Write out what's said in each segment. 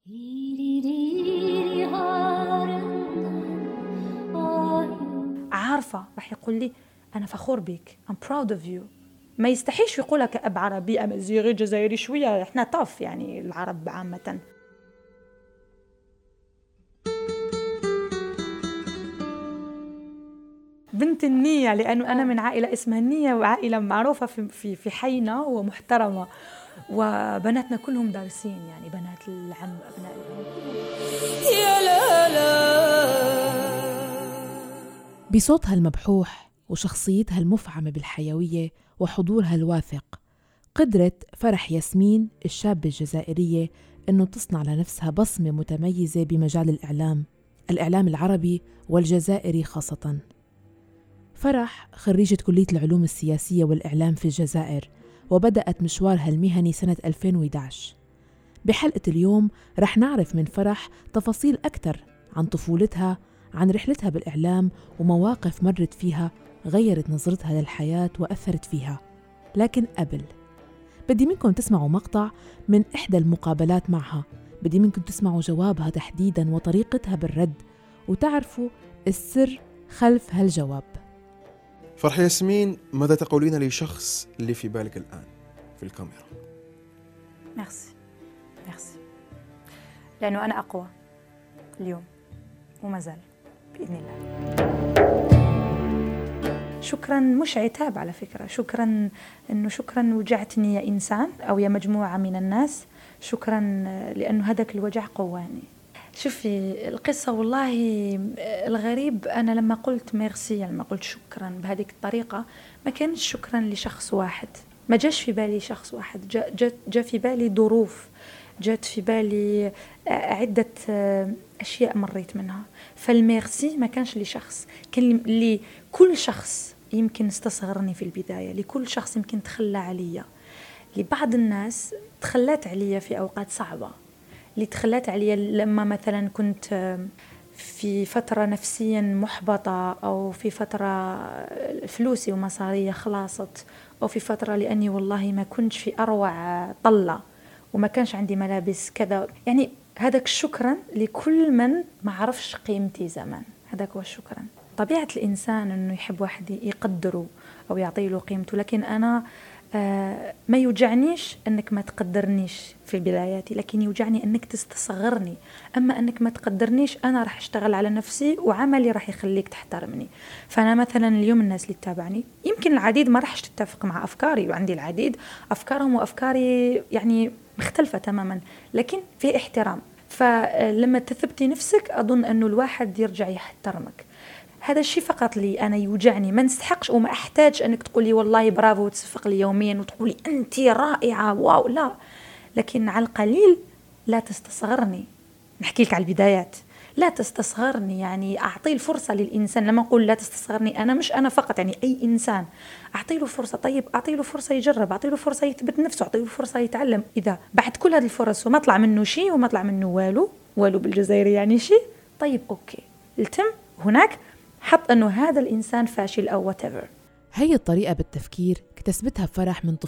عارفة رح يقول لي أنا فخور بيك I'm proud of you. ما يستحيش يقولها كأب عربي أمازيغي جزائري شوية، إحنا طاف يعني العرب عامة. بنت النية، لأنه أنا من عائلة اسمها النية، وعائلة معروفة في حينا ومحترمة، وبناتنا كلهم دارسين، يعني بنات العم أبناء العم. يا لا لا. بصوتها المبحوح وشخصيتها المفعمة بالحيوية وحضورها الواثق، قدرت فرح ياسمين الشابة الجزائرية أنه تصنع لنفسها بصمة متميزة بمجال الإعلام العربي والجزائري خاصة. فرح خريجة كلية العلوم السياسية والإعلام في الجزائر، وبدأت مشوارها المهني سنة 2011. بحلقة اليوم رح نعرف من فرح تفاصيل أكثر عن طفولتها، عن رحلتها بالإعلام ومواقف مرت فيها غيرت نظرتها للحياة وأثرت فيها. لكن قبل بدي منكم تسمعوا مقطع من إحدى المقابلات معها، بدي منكم تسمعوا جوابها تحديداً وطريقتها بالرد، وتعرفوا السر خلف هالجواب. فرح ياسمين، ماذا تقولين لشخص اللي في بالك الآن في الكاميرا؟ ميرسي لأنه أنا أقوى اليوم وما زال بإذن الله. شكراً، مش عتاب على فكرة، شكراً وجعتني يا إنسان أو يا مجموعة من الناس، شكراً لأنه هذاك الوجع قواني. شوفي القصة والله الغريب، أنا لما قلت ميرسي، لما قلت شكراً بهذه الطريقة، ما كانش شكراً لشخص واحد، ما جاش في بالي شخص واحد، جاء في بالي ظروف، جات في بالي عدة أشياء مريت منها. فالميرسي ما كانش لشخص، كان لكل شخص يمكن استصغرني في البداية، لكل شخص يمكن تخلى عليا، لبعض الناس تخلت عليا في أوقات صعبة، اللي تخلت عليا لما مثلا كنت في فترة نفسيا محبطة، أو في فترة فلوسي ومصارية خلاصت، أو في فترة لأني والله ما كنتش في أروع طلة وما كانش عندي ملابس كذا. يعني هذاك شكرا لكل من ما عرفش قيمتي زمان، هذاك هو الشكرا. طبيعة الإنسان أنه يحب واحد يقدره أو يعطيه قيمته، لكن أنا ما يوجعنيش أنك ما تقدرنيش في بداياتي، لكن يوجعني أنك تستصغرني. أما أنك ما تقدرنيش، أنا راح أشتغل على نفسي وعملي راح يخليك تحترمني. فأنا مثلا اليوم الناس اللي تتابعني يمكن العديد ما راح تتفق مع أفكاري، وعندي العديد أفكارهم وأفكاري يعني مختلفة تماما، لكن في احترام. فلما تثبتي نفسك أظن أنه الواحد يرجع يحترمك. هذا الشيء فقط لي أنا يوجعني، ما نستحقش وما أحتاج أنك تقولي والله برافو وتصفق لي يوميا وتقولي أنت رائعة واو، لا، لكن على القليل لا تستصغرني. نحكي لك على البدايات، لا تستصغرني، يعني أعطي الفرصة للإنسان. لما أقول لا تستصغرني، أنا مش أنا فقط، يعني أي إنسان أعطي له فرصة. طيب أعطي له فرصة يجرب، أعطي له فرصة يثبت نفسه، أعطي له فرصة يتعلم. إذا بعد كل هذه الفرص وما طلع منه شيء وما طلع منه والو بالجزائري يعني شيء، طيب أوكي، التم هناك حط أنه هذا الإنسان فاشل أو whatever. هي الطريقة بالتفكير اكتسبتها فرح من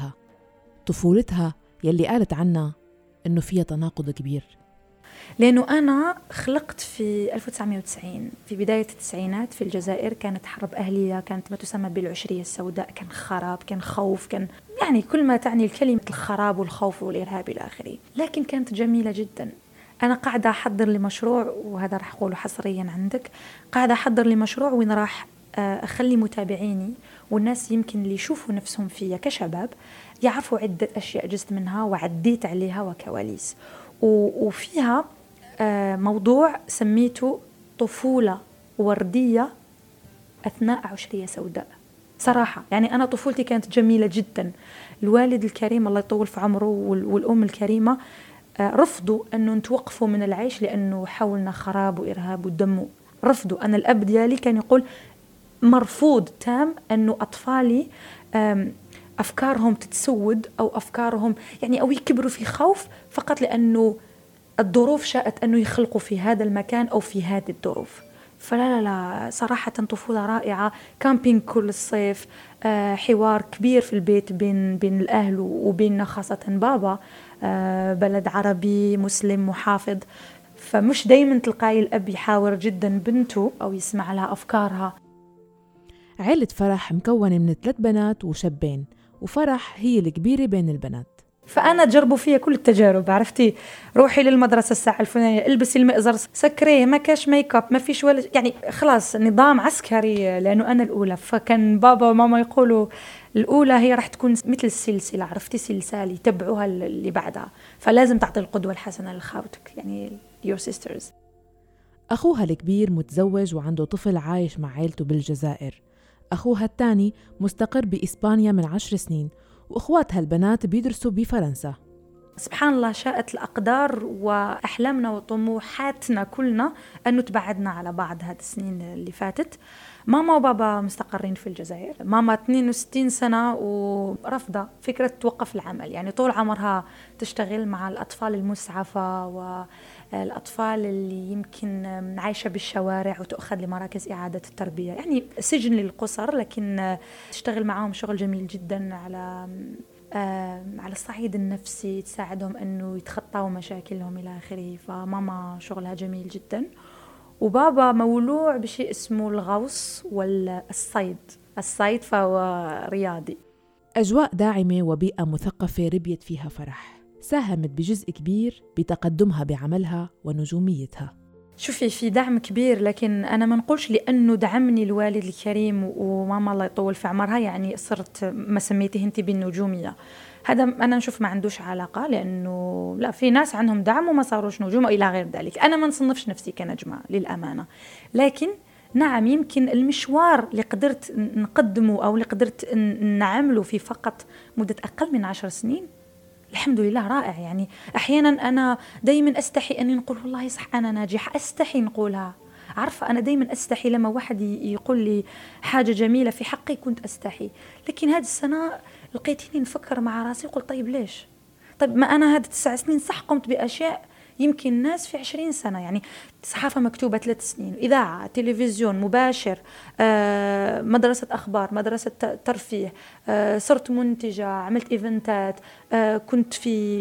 طفولتها يلي قالت عنها أنه فيها تناقض كبير. لأنه أنا خلقت في 1990 في بداية التسعينات في الجزائر، كانت حرب أهلية، كانت ما تسمى بالعشرية السوداء، كان خراب، كان خوف، كان يعني كل ما تعني الكلمة الخراب والخوف والإرهاب إلى آخره، لكن كانت جميلة جدا. أنا قاعدة أحضر لمشروع، وهذا راح أقوله حصريا عندك، قاعدة أحضر لمشروع وين راح أخلي متابعيني والناس يمكن اللي يشوفوا نفسهم فيا كشباب يعرفوا عدة أشياء جزت منها وعديت عليها وكواليس. وفيها موضوع سميته طفولة وردية أثناء عشرية سوداء. صراحة يعني أنا طفولتي كانت جميلة جدا. الوالد الكريم الله يطول في عمره والأم الكريمة رفضوا أنه نتوقفوا من العيش لأنه حاولنا خراب وإرهاب ودم، رفضوا. أنا الأب ديالي كان يقول مرفوض تام أنه أطفالي أفكارهم تتسود أو أفكارهم يعني أو يكبروا في خوف فقط لأنه الظروف شاءت أنه يخلقوا في هذا المكان أو في هذه الظروف. فلا صراحة طفولة رائعة، كامبينج كل الصيف، حوار كبير في البيت بين الأهل وبيننا خاصة بابا، بلد عربي مسلم محافظ، فمش دايما تلقاي الأب يحاور جدا بنته أو يسمع لها أفكارها. عيلة فرح مكونة من 3 بنات وشابين، وفرح هي الكبيرة بين البنات. فأنا تجربوا فيها كل التجارب، عرفتي، روحي للمدرسة الساعة الفلانية، البسي المئزر، سكريه، ما كاش ميك اب، ما فيش ولا يعني خلاص نظام عسكري، لأنه أنا الأولى. فكان بابا وماما يقولوا الأولى هي راح تكون مثل السلسلة، عرفتي، سلسال يتبعوها اللي بعدها، فلازم تعطي القدوة الحسنة لخواتك يعني your sisters. أخوها الكبير متزوج وعنده طفل عايش مع عائلته بالجزائر. أخوها الثاني مستقر بإسبانيا من 10 سنين، وأخواتها البنات بيدرسوا بفرنسا. سبحان الله، شاءت الأقدار وأحلامنا وطموحاتنا كلنا أنه تبعدنا على بعض هذه السنين اللي فاتت. ماما وبابا مستقرين في الجزائر، ماما 62 سنة ورفضة فكرة توقف العمل، يعني طول عمرها تشتغل مع الأطفال المسعفة والأطفال اللي يمكن عايشة بالشوارع وتأخذ لمراكز إعادة التربية، يعني سجن للقصر، لكن تشتغل معهم شغل جميل جدا على الصعيد النفسي، تساعدهم أنه يتخطوا مشاكلهم إلى آخره. فماما شغلها جميل جدا، وبابا مولوع بشيء اسمه الغوص الصيد فهو رياضي. أجواء داعمة وبيئة مثقفة ربيت فيها فرح، ساهمت بجزء كبير بتقدمها بعملها ونجوميتها. شوفي، في دعم كبير، لكن أنا ما نقولش لأنه دعمني الوالد الكريم وماما الله يطول في عمرها يعني صرت ما سميته انتي بالنجومية. هذا أنا نشوف ما عندوش علاقة، لأنه لا، في ناس عندهم دعم وما صاروش نجوم إلى غير ذلك. أنا ما نصنفش نفسي كنجمة للأمانة، لكن نعم يمكن المشوار اللي قدرت نقدمه أو اللي قدرت نعمله في فقط مدة أقل من 10 سنين الحمد لله رائع. يعني أحيانا أنا دايما أستحي أني نقول والله صح أنا ناجح، أستحي نقولها، عارفة، أنا دايما أستحي لما واحد يقول لي حاجة جميلة في حقي، كنت أستحي. لكن هذه السنة لقيتني نفكر مع راسي وقلت طيب ليش؟ طيب ما أنا هذه 9 سنين صح قمت بأشياء يمكن الناس في 20 سنة، يعني صحافة مكتوبة 3 سنين، إذاعة، تلفزيون مباشر، مدرسة أخبار، مدرسة ترفيه، صرت منتجة، عملت إيفنتات، كنت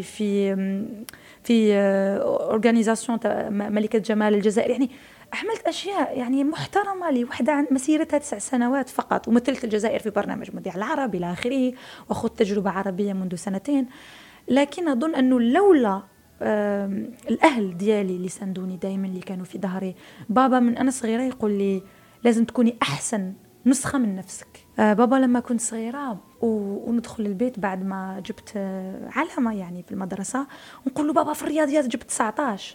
في أورغانيزاسيون ملكة جمال الجزائر، يعني عملت أشياء يعني محترمة لوحدة مسيرتها 9 سنوات فقط، ومثلت الجزائر في برنامج مذيع العرب إلى آخره، وأخذت تجربة عربية منذ 2 سنين. لكن أظن أنه لولا الأهل ديالي اللي ساندوني دايما، اللي كانوا في ظهري، بابا من أنا صغيرة يقول لي لازم تكوني أحسن نسخة من نفسك. بابا لما كنت صغيرة وندخل البيت بعد ما جبت علامة يعني في المدرسة، ونقول له بابا في الرياضيات جبت 19،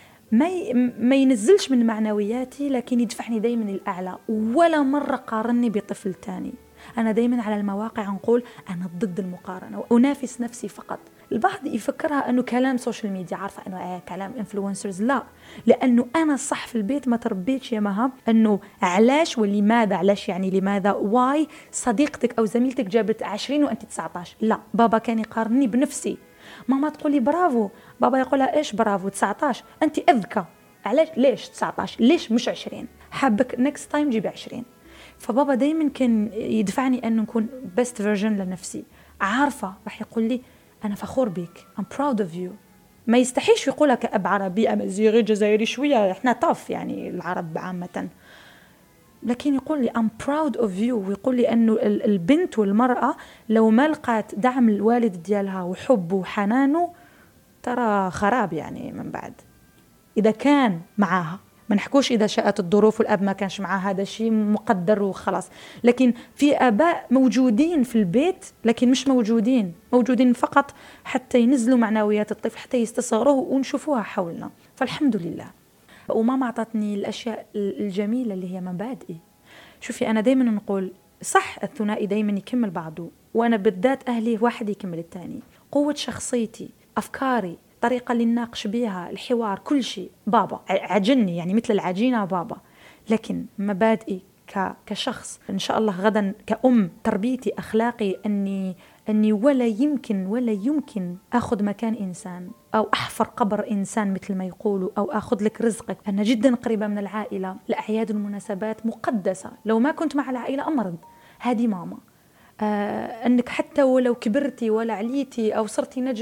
ما ينزلش من معنوياتي، لكن يدفعني دايما الأعلى، ولا مرة قارني بطفل تاني. أنا دايما على المواقع نقول أنا ضد المقارنة وأنافس نفسي فقط. البعض يفكرها أنه كلام سوشيال ميديا، عارفة أنه كلام إنفلونسرز، لا، لأنه أنا صح في البيت ما تربيتش يا مها أنه علاش ولماذا، علاش يعني لماذا، واي صديقتك أو زميلتك جابت 20 وأنت 19، لا، بابا كان يقارني بنفسي. ماما تقول لي برافو، بابا يقولها إيش برافو 19، أنت أذكى، علاش ليش 19 ليش مش 20، حابك next time جيبي 20. فبابا دايما كان يدفعني أن نكون best version لنفسي، عارفة راح يقول لي أنا فخور بيك I'm proud of you. ما يستحيش يقولها كأب عربي أمازيغي جزائري شوية، إحنا طاف يعني العرب عامة، لكن يقول لي I'm proud of you، ويقول لي أنه البنت والمرأة لو ما لقات دعم الوالد ديالها وحبه وحنانه ترى خراب يعني من بعد، إذا كان معاها. ما نحكوش إذا شاءت الظروف والأب ما كانش معاه، هذا شيء مقدر وخلاص، لكن في آباء موجودين في البيت لكن مش موجودين فقط حتى ينزلوا معنويات الطفل، حتى يستصغروه ونشوفوها حولنا. فالحمد لله. وماما أعطتني الأشياء الجميلة اللي هي مبادئي. شوفي أنا دايما نقول صح الثنائي دايما يكمل بعضه، وأنا بالذات أهلي واحد يكمل الثاني. قوة شخصيتي، أفكاري، طريقة اللي نناقش بيها، الحوار، كل شيء بابا عجني يعني مثل العجينة بابا. لكن مبادئي كشخص إن شاء الله غدا كأم، تربيتي، أخلاقي، أني ولا يمكن أخذ مكان إنسان أو أحفر قبر إنسان مثل ما يقولوا، أو أخذ لك رزقك. أنا جدا قريبة من العائلة، الأعياد والمناسبات مقدسة، لو ما كنت مع العائلة أمرض. هذه ماما. أنك حتى ولو كبرتي ولا عليتي أو صرتي نجمة،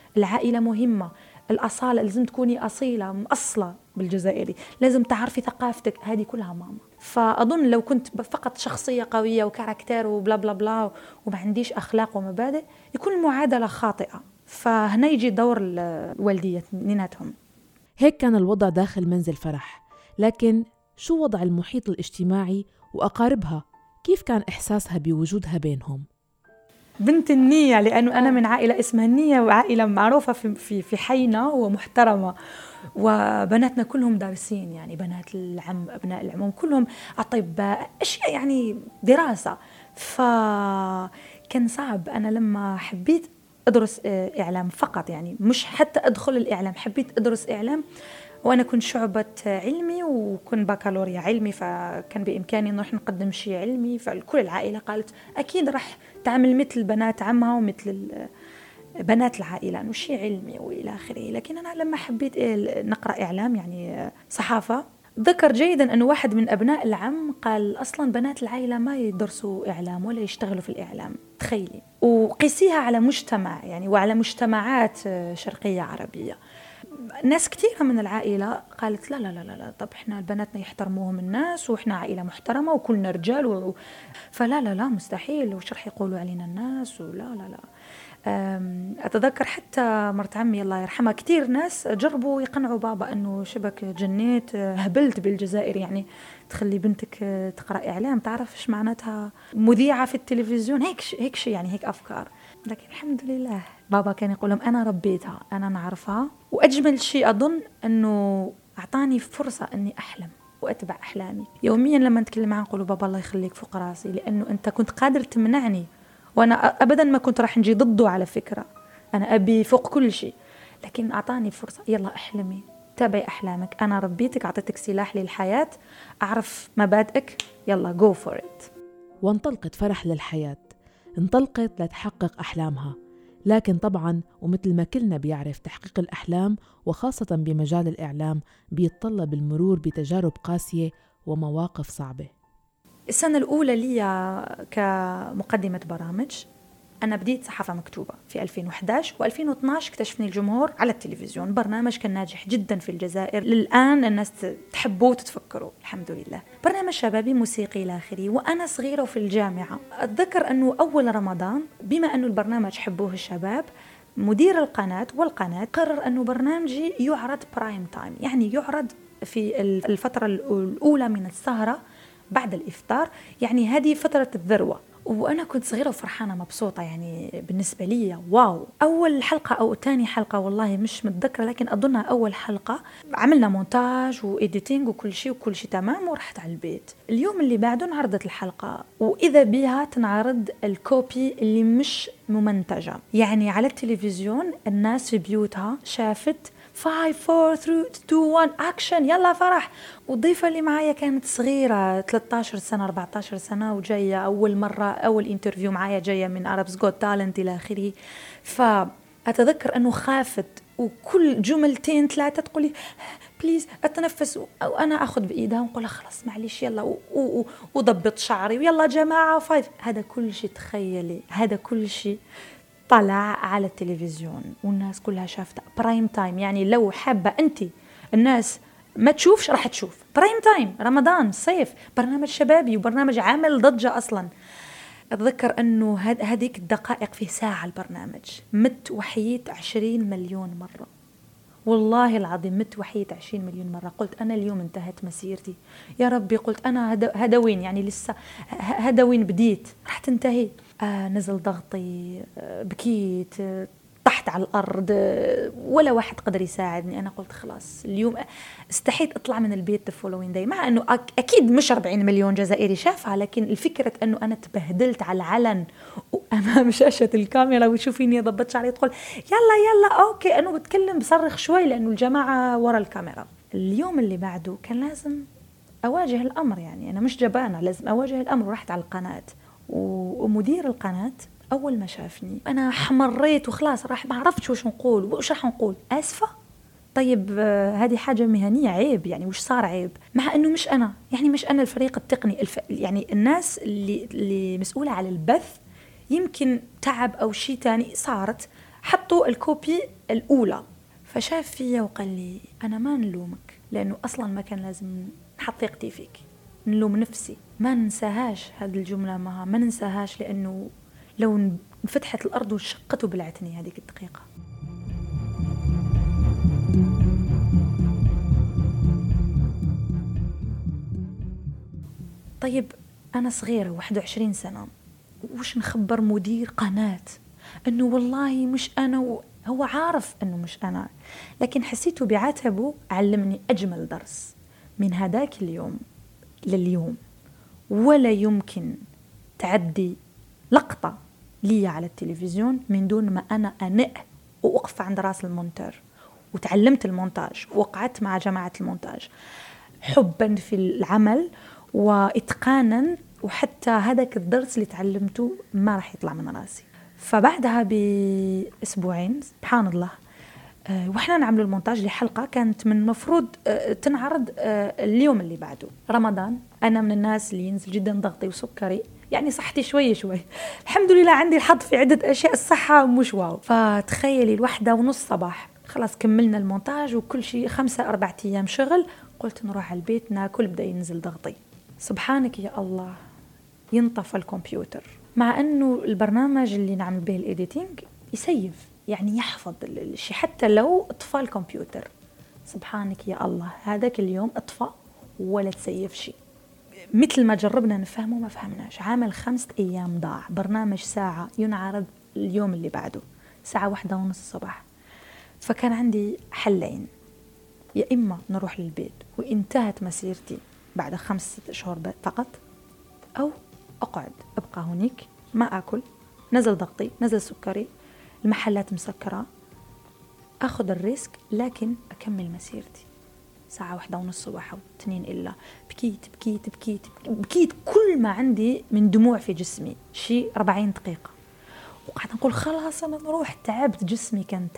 العائلة مهمة، الأصالة لازم تكوني أصيلة مأصلة بالجزائري، لازم تعرفي ثقافتك، هذه كلها ماما. فأظن لو كنت فقط شخصية قوية وكاركتير وبلا بلا بلا وما عنديش أخلاق ومبادئ يكون المعادلة خاطئة. فهنا يجي دور الوالدية نيناتهم. هيك كان الوضع داخل منزل فرح، لكن شو وضع المحيط الاجتماعي وأقاربها؟ كيف كان إحساسها بوجودها بينهم؟ بنت النية، لأنه أنا من عائلة اسمها النية، وعائلة معروفة في حينا ومحترمة، وبناتنا كلهم دارسين، يعني بنات العم أبناء العموم كلهم أطباء، أشياء يعني دراسة. فكان صعب. أنا لما حبيت أدرس إعلام فقط، يعني مش حتى أدخل الإعلام، حبيت أدرس إعلام وأنا كنت شعبة علمي وكنت بكالوريا علمي، فكان بإمكاني نروح نقدم شيء علمي. فكل العائلة قالت أكيد راح تعمل مثل بنات عمها ومثل بنات العائلة، أنه شيء علمي وإلى آخره. لكن أنا لما حبيت نقرأ إعلام يعني صحافة، ذكر جيدا أنه واحد من أبناء العم قال أصلا بنات العائلة ما يدرسوا إعلام ولا يشتغلوا في الإعلام. تخيلي، وقيسيها على مجتمع يعني وعلى مجتمعات شرقية عربية. ناس كثيرة من العائلة قالت لا لا لا لا، طب إحنا بناتنا يحترموهم الناس وإحنا عائلة محترمة وكلنا رجال فلا لا لا مستحيل، وش رح يقولوا علينا الناس، ولا لا لا. أتذكر حتى مرت عمي الله يرحمها كثير ناس جربوا يقنعوا بابا أنه شبك جنيت هبلت بالجزائر، يعني تخلي بنتك تقرأ إعلام، تعرف إيش معناتها مذيعة في التلفزيون، هيك شيء يعني، هيك أفكار. لكن الحمد لله بابا كان يقول لهم أنا ربيتها، أنا نعرفها. وأجمل شيء أظن أنه أعطاني فرصة أني أحلم وأتبع أحلامي. يوميا لما نتكلم معه نقول بابا الله يخليك فوق راسي، لأنه أنت كنت قادر تمنعني، وأنا أبدا ما كنت راح نجي ضده. على فكرة أنا أبي فوق كل شيء، لكن أعطاني فرصة، يلا أحلمي، تابعي أحلامك، أنا ربيتك، أعطيتك سلاح للحياة، أعرف مبادئك، يلا go for it. وانطلقت فرح للحياة، انطلقت لتحقق أحلامها. لكن طبعاً ومثل ما كلنا بيعرف، تحقيق الأحلام وخاصة بمجال الإعلام بيتطلب المرور بتجارب قاسية ومواقف صعبة. السنة الأولى لي كمقدمة برامج، أنا بديت صحافة مكتوبة في 2011 و2012 اكتشفني الجمهور على التلفزيون. برنامج كان ناجح جدا في الجزائر، للآن الناس تحبوه وتتفكروا الحمد لله. برنامج شبابي موسيقي إلى آخره، وأنا صغيرة وفي الجامعة. أتذكر أنه أول رمضان، بما أنه البرنامج حبوه الشباب، مدير القناة والقناة قرر أنه برنامجي يعرض برايم تايم، يعني يعرض في الفترة الأولى من السهرة بعد الإفطار، يعني هذه فترة الذروة. وأنا كنت صغيرة وفرحانة مبسوطة، يعني بالنسبة لي واو. أول حلقة أو تاني حلقة والله مش متذكرة، لكن أظنها أول حلقة، عملنا مونتاج وإيديتينج وكل شيء تمام، ورحت على البيت. اليوم اللي بعده انعرضت الحلقة، وإذا بها تنعرض الكوبي اللي مش ممنتجة، يعني على التلفزيون الناس في بيوتها شافت 5 4 3 2 1 أكشن يلا فرح. والضيفة اللي معايا كانت صغيرة 13 سنة 14 سنة، وجاية أول مرة، أول انترفيو معايا، جاية من Arabs Got Talent إلى آخره. فأتذكر أنه خافت، وكل جملتين ثلاثة تقولي بليز أتنفس، وأنا أخذ بإيدها ونقولها خلاص معليش يلا، وضبط شعري ويلا جماعة 5. هذا كل شيء، تخيلي هذا كل شيء طلع على التلفزيون والناس كلها شافته. برايم تايم، يعني لو حابة أنت الناس ما تشوفش راح تشوف. برايم تايم، رمضان، صيف، برنامج شبابي وبرنامج عامل ضجة أصلا. أتذكر أنه هذيك الدقائق في ساعة البرنامج مت وحييت 20 مليون مرة، والله العظيم مت وحييت 20 مليون مرة. قلت أنا اليوم انتهت مسيرتي يا ربي، قلت أنا هذا وين، يعني لسه هذا وين بديت، راح تنتهي. نزل ضغطي، بكيت، طحت على الأرض، ولا واحد قدر يساعدني. أنا قلت خلاص اليوم استحيت أطلع من البيت the following day، مع أنه أكيد مش 40 مليون جزائري شافها، لكن الفكرة أنه أنا تبهدلت على العلن وأمام شاشة الكاميرا ويشوفيني ضبط شعري تقول يلا أوكي، أنا بتكلم بصرخ شوي لأنه الجماعة ورا الكاميرا. اليوم اللي بعده كان لازم أواجه الأمر، يعني أنا مش جبانة، لازم أواجه الأمر. ورحت على القناة، ومدير القناة أول ما شافني أنا حمريت وخلاص، راح ما عرفتش وش نقول وش راح نقول. آسفة، طيب هذه حاجة مهنية، عيب يعني، وش صار عيب؟ مع أنه مش أنا، يعني مش أنا الفريق التقني، يعني الناس اللي مسؤولة على البث، يمكن تعب أو شيء تاني صارت، حطوا الكوبي الأولى. فشاف فيا وقال لي أنا ما نلومك، لأنه أصلا ما كان لازم نحط ثقتي فيك، نلوم نفسي. ما ننساهاش هذه الجملة، ما ننساهاش، لأنه لو انفتحت الأرض وشقت وبلعتني هذيك الدقيقة. طيب أنا صغيرة 21 سنة، وش نخبر مدير قناة أنه والله مش أنا، هو عارف أنه مش أنا، لكن حسيته بعتبه علمني أجمل درس من هذاك اليوم لليوم. ولا يمكن تعدي لقطة لي على التلفزيون من دون ما أنا أنق وأقف عند راس المونتاج، وتعلمت المونتاج وقعدت مع جماعة المونتاج حبا في العمل وإتقانا، وحتى هذاك الدرس اللي تعلمته ما راح يطلع من راسي. فبعدها بأسبوعين سبحان الله وإحنا نعمل المونتاج لحلقة كانت من مفروض تنعرض اليوم اللي بعده رمضان. أنا من الناس اللي ينزل جدا ضغطي وسكري، يعني صحتي شوي الحمد لله عندي الحظ في عدة أشياء، الصحة مش واو. فتخيلي 1:30 صباح خلاص كملنا المونتاج وكل شيء، 5-4 أيام شغل. قلت نروح على البيت ناكل، بدأ ينزل ضغطي. سبحانك يا الله ينطفى الكمبيوتر، مع أنه البرنامج اللي نعمل به الإيديتينج يسيف، يعني يحفظ الشيء حتى لو اطفى الكمبيوتر. سبحانك يا الله هذاك اليوم اطفى ولا تسيف شيء. مثل ما جربنا نفهمه ما فهمناش. عامل 5 أيام ضاع. برنامج ساعة ينعرض اليوم اللي بعده الساعة 1:30 الصباح. فكان عندي حلين، يا إما نروح للبيت وانتهت مسيرتي بعد 5-6 أشهر فقط، أو أقعد أبقى هناك ما أكل، نزل ضغطي نزل سكري، المحلات مسكرة، أخذ الريسك لكن أكمل مسيرتي. ساعة 1:30 الصباح أو 2 إلا بكيت بكيت بكيت بكيت كل ما عندي من دموع في جسمي، شيء 40 دقيقة. وقعدت نقول خلاص أنا نروح، تعبت، جسمي كان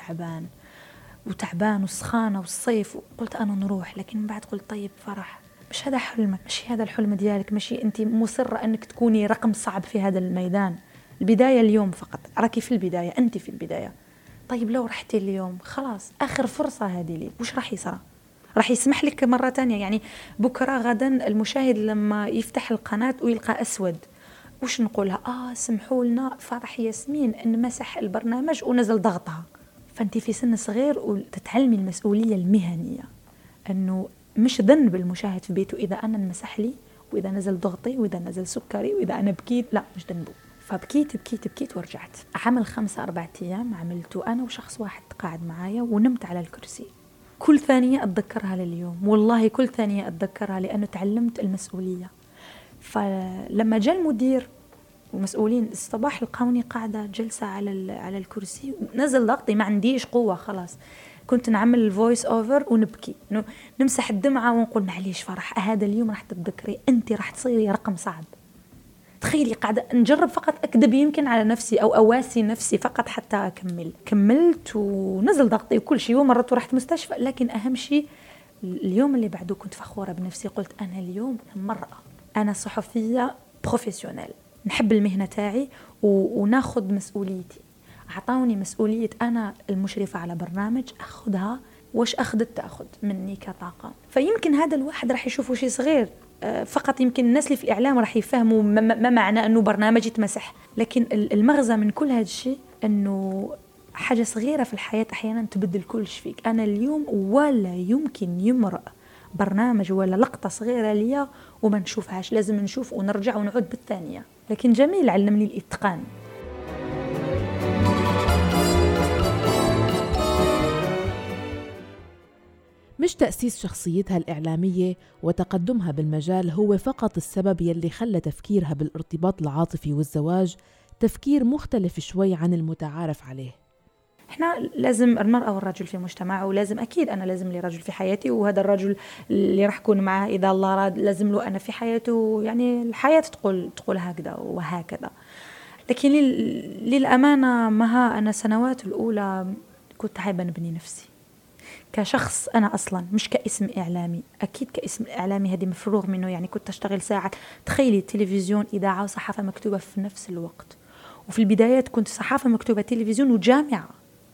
تعبان وسخانة والصيف، وقلت أنا نروح. لكن من بعد قلت طيب فرح، مش هذا حلمك، مش هذا الحلم ديالك، ماشي أنت مصرة أنك تكوني رقم صعب في هذا الميدان. البداية اليوم فقط، راكي في البداية، أنت في البداية. طيب لو رحتي اليوم خلاص آخر فرصة هذه لي، وش راح يصير؟ راح يسمح لك مرة تانية؟ يعني بكرة غدا المشاهد لما يفتح القناة ويلقى أسود وش نقولها؟ سمحوا لنا فرح ياسمين أن مسح البرنامج ونزل ضغطها. فأنت في سن صغير وتتعلمي المسؤولية المهنية، أنه مش ذنب المشاهد في بيته إذا أنا نمسح لي وإذا نزل ضغطي وإذا نزل سكري وإذا أنا بكيت، لا مش ذنبه. فبكيت بكيت بكيت ورجعت. عمل 5-4 أيام عملته أنا وشخص واحد قاعد معايا، ونمت على الكرسي. كل ثانية أتذكرها لليوم، والله كل ثانية أتذكرها، لأنه تعلمت المسؤولية. فلما جاء المدير والمسؤولين الصباح لقوني قاعدة جلسة على الكرسي، نزل ضغطي، ما عنديش قوة خلاص. كنت نعمل الفويس اوفر ونبكي، نمسح الدمعة ونقول معليش فرح، هذا اليوم راح تتذكري، أنت راح تصيري رقم صعب. تخيلي قاعدة نجرب فقط أكذب يمكن على نفسي أو أواسي نفسي فقط حتى أكمل. كملت ونزل ضغطي وكل شيء، ومرت ورحت مستشفى. لكن أهم شيء اليوم اللي بعده كنت فخورة بنفسي. قلت أنا اليوم مرأة، أنا صحفية بروفيسيونيل، نحب المهنة تاعي وناخذ مسؤوليتي. أعطوني مسؤولية أنا المشرفة على برنامج، أخذها. وش تأخذ مني كطاقة. فيمكن هذا الواحد راح يشوفه شيء صغير فقط، يمكن الناس اللي في الإعلام راح يفهموا ما معنى أنه برنامج يتمسح. لكن المغزى من كل هذا الشيء أنه حاجة صغيرة في الحياة أحيانا تبدل كل شيء فيك. أنا اليوم ولا يمكن يمرأ برنامج ولا لقطة صغيرة ليا وما نشوفهاش، لازم نشوف ونرجع ونعود بالثانية. لكن جميل علمني الإتقان. مش تأسيس شخصيتها الإعلامية وتقدمها بالمجال هو فقط السبب يلي خلى تفكيرها بالارتباط العاطفي والزواج تفكير مختلف شوي عن المتعارف عليه. احنا لازم المرأة والرجل في مجتمع، ولازم أكيد أنا لازم لي رجل في حياتي، وهذا الرجل اللي راح أكون معه إذا الله راد لازم له أنا في حياته. يعني الحياة تقول هكذا وهكذا. لكن للأمانة مها أنا سنوات الأولى كنت حابة نبني نفسي كشخص. أنا أصلا مش كاسم إعلامي، أكيد كاسم إعلامي هذه مفروغ منه. يعني كنت أشتغل ساعة، تخيلي تلفزيون إذاعة وصحافة مكتوبة في نفس الوقت. وفي البدايات كنت صحافة مكتوبة تلفزيون وجامعة،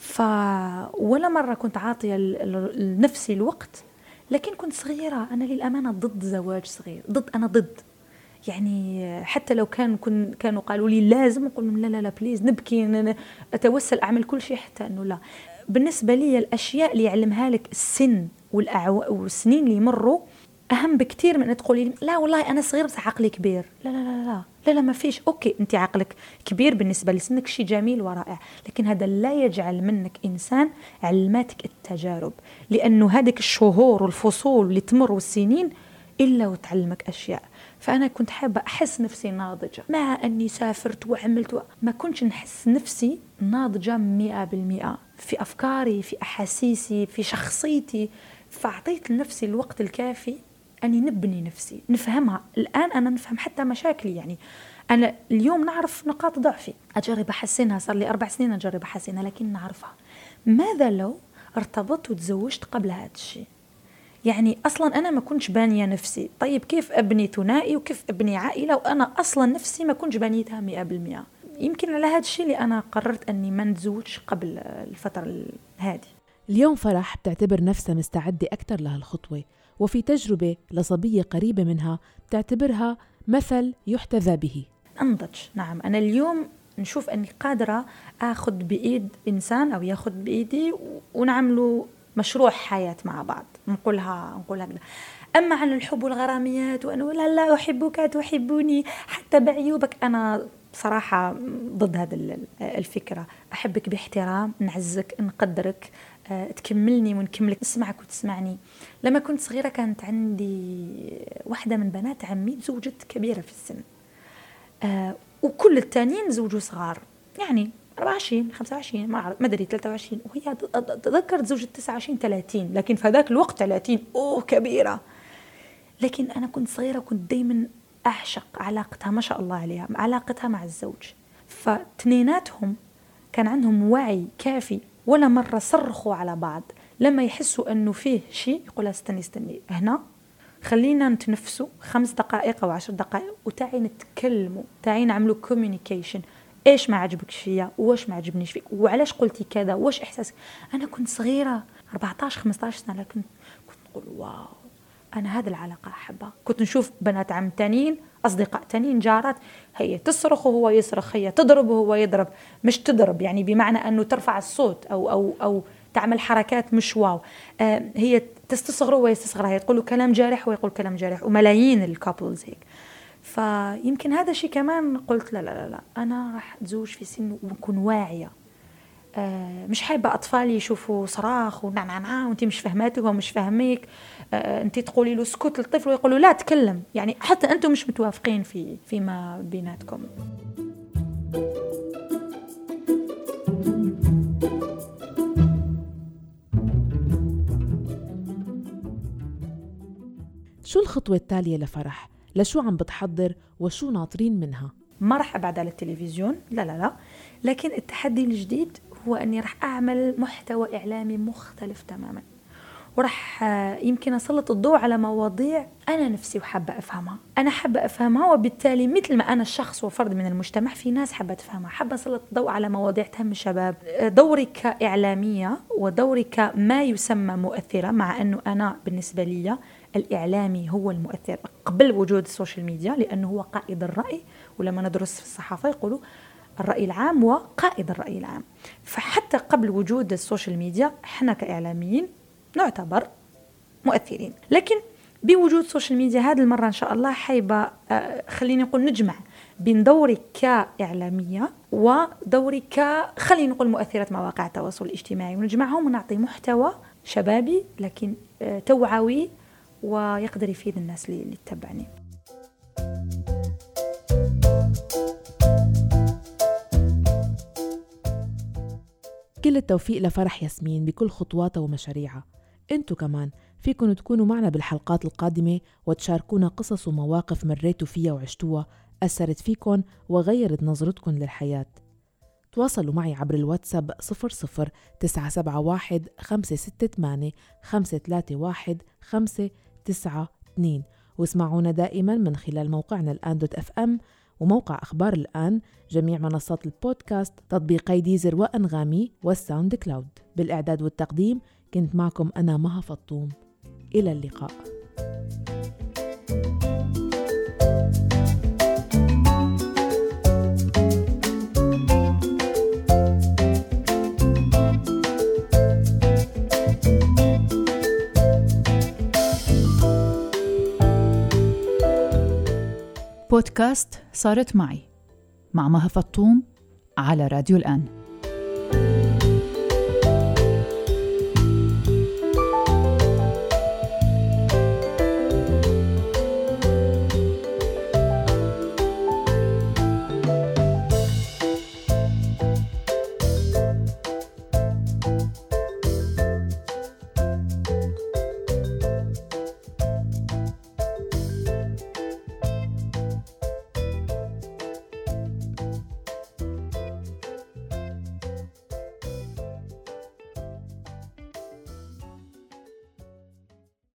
ولا مرة كنت عاطية لنفسي الوقت. لكن كنت صغيرة، أنا للأمانة ضد زواج صغير، أنا ضد. يعني حتى لو كانوا قالوا لي لازم، أقول لهم لا بليز، نبكي، أنا أتوسل، أعمل كل شيء حتى أنه لا. بالنسبة لي الأشياء اللي يعلمها لك السن والسنين اللي يمروا أهم بكتير من أن تقولي لي لا والله أنا صغير بس عقلي كبير. لا ما فيش. أوكي، أنت عقلك كبير بالنسبة لسنك، شيء جميل ورائع، لكن هذا لا يجعل منك إنسان. علماتك التجارب، لأنه هذه الشهور والفصول اللي تمر والسنين إلا وتعلمك أشياء. فأنا كنت حابة أحس نفسي ناضجة، مع أني سافرت وعملت ما كنتش نحس نفسي ناضجة 100% في أفكاري، في أحاسيسي، في شخصيتي. فأعطيت لنفسي الوقت الكافي أني نبني نفسي، نفهمها. الآن أنا نفهم حتى مشاكلي، يعني أنا اليوم نعرف نقاط ضعفي، أجرب أحسنها، صار لي 4 سنين أجرب أحسنها، لكن نعرفها. ماذا لو ارتبطت وتزوجت قبل هذا الشيء؟ يعني أصلا أنا ما كنتش بانية نفسي. طيب كيف أبني ثنائي وكيف أبني عائلة وأنا أصلا نفسي ما كنتش بانيتها 100%؟ يمكن على هذا الشيء اللي أنا قررت أني ما نتزوجش قبل الفترة هذه. اليوم فرح بتعتبر نفسها مستعدة أكثر لهالخطوة، وفي تجربة لصبية قريبة منها بتعتبرها مثل يحتذى به. أنضج. نعم، أنا اليوم نشوف أني قادرة أخذ بإيد إنسان أو يأخذ بإيدي ونعملوا مشروع حياة مع بعض، نقولها كذا. أما عن الحب والغراميات وأنه لا أحبك تحبني حتى بعيوبك، أنا بصراحة ضد هذا الفكرة. أحبك باحترام، نعزك، نقدرك، تكملني ونكملك، نسمعك وتسمعني. لما كنت صغيرة كانت عندي واحدة من بنات عمي تزوجت كبيرة في السن، وكل التانيين زوجوا صغار، يعني 24 25 ما أدري 23، وهي تذكرت زوجة 29 30، لكن في هذاك الوقت 30 كبيرة. لكن أنا كنت صغيرة، كنت دايما أعشق علاقتها، ما شاء الله عليها، علاقتها مع الزوج. فتنيناتهم كان عندهم وعي كافي، ولا مرة صرخوا على بعض. لما يحسوا أنه فيه شيء يقولها استني هنا، خلينا نتنفسوا 5 دقائق أو 10 دقائق وتعي نتكلموا، تعي نعملوا كوميونيكيشن. إيش ما عجبك فيا، وإيش ما عجبنيش فيك، وعلاش قلتي كذا، وإيش إحساسك. أنا كنت صغيرة 14-15 سنة، لكن كنت نقول واو، أنا هذه العلاقة أحبها. كنت نشوف بنات عم تانين، أصدقاء تانين، جارات، هي تصرخ وهو يصرخ، هي تضرب وهو يضرب. مش تضرب يعني بمعنى أنه ترفع الصوت أو تعمل حركات مش واو. هي تستصغر وهو يستصغر، هي تقول كلام جارح ويقول كلام جارح، وملايين الكابلز هيك. فيمكن هذا الشيء كمان قلت لا أنا راح أتزوج في سن ونكون واعية. مش حابة أطفالي يشوفوا صراخ ونعنعنع وانتي مش فهماته ومش فهميك. انتي تقولي له اسكت للطفل ويقولوا لا تكلم، يعني حتى أنتم مش متوافقين فيما بيناتكم. شو الخطوة التالية لفرح؟ لشو عم بتحضر وشو ناطرين منها؟ ما رح أبعد على التلفزيون، لا، لكن التحدي الجديد هو أني رح أعمل محتوى إعلامي مختلف تماما، ورح يمكن أسلط الضوء على مواضيع أنا نفسي وحابة أفهمها، وبالتالي مثل ما أنا الشخص وفرد من المجتمع، في ناس حابة تفهمها، حابة أسلط الضوء على مواضيع تهم الشباب. دوري كإعلامية ودوري كما يسمى مؤثرة، مع أنه أنا بالنسبة لي الإعلامي هو المؤثر قبل وجود السوشيال ميديا، لأنه هو قائد الرأي. ولما ندرس في الصحافة يقولوا الرأي العام وقائد الرأي العام. فحتى قبل وجود السوشيال ميديا احنا كإعلاميين نعتبر مؤثرين، لكن بوجود السوشيال ميديا هذه المرة إن شاء الله حيبة خليني نقول نجمع بين دوري كإعلامية ودوري خليني نقول مؤثرة مواقع التواصل الاجتماعي، ونجمعهم ونعطي محتوى شبابي لكن توعوي ويقدر يفيد الناس اللي تتبعني. كل التوفيق لفرح ياسمين بكل خطواتها ومشاريعها. انتو كمان فيكن تكونوا معنا بالحلقات القادمة وتشاركونا قصص ومواقف مريتوا فيها وعشتوها أثرت فيكن وغيرت نظرتكن للحياة. تواصلوا معي عبر الواتساب 00971 568 531 592 واسمعونا دائما من خلال موقعنا الآن.fm وموقع أخبار الآن، جميع منصات البودكاست، تطبيقي ديزر وأنغامي والساوند كلاود. بالإعداد والتقديم كنت معكم أنا مها فطوم. إلى اللقاء. بودكاست صارت معي مع مها فطوم على راديو الآن.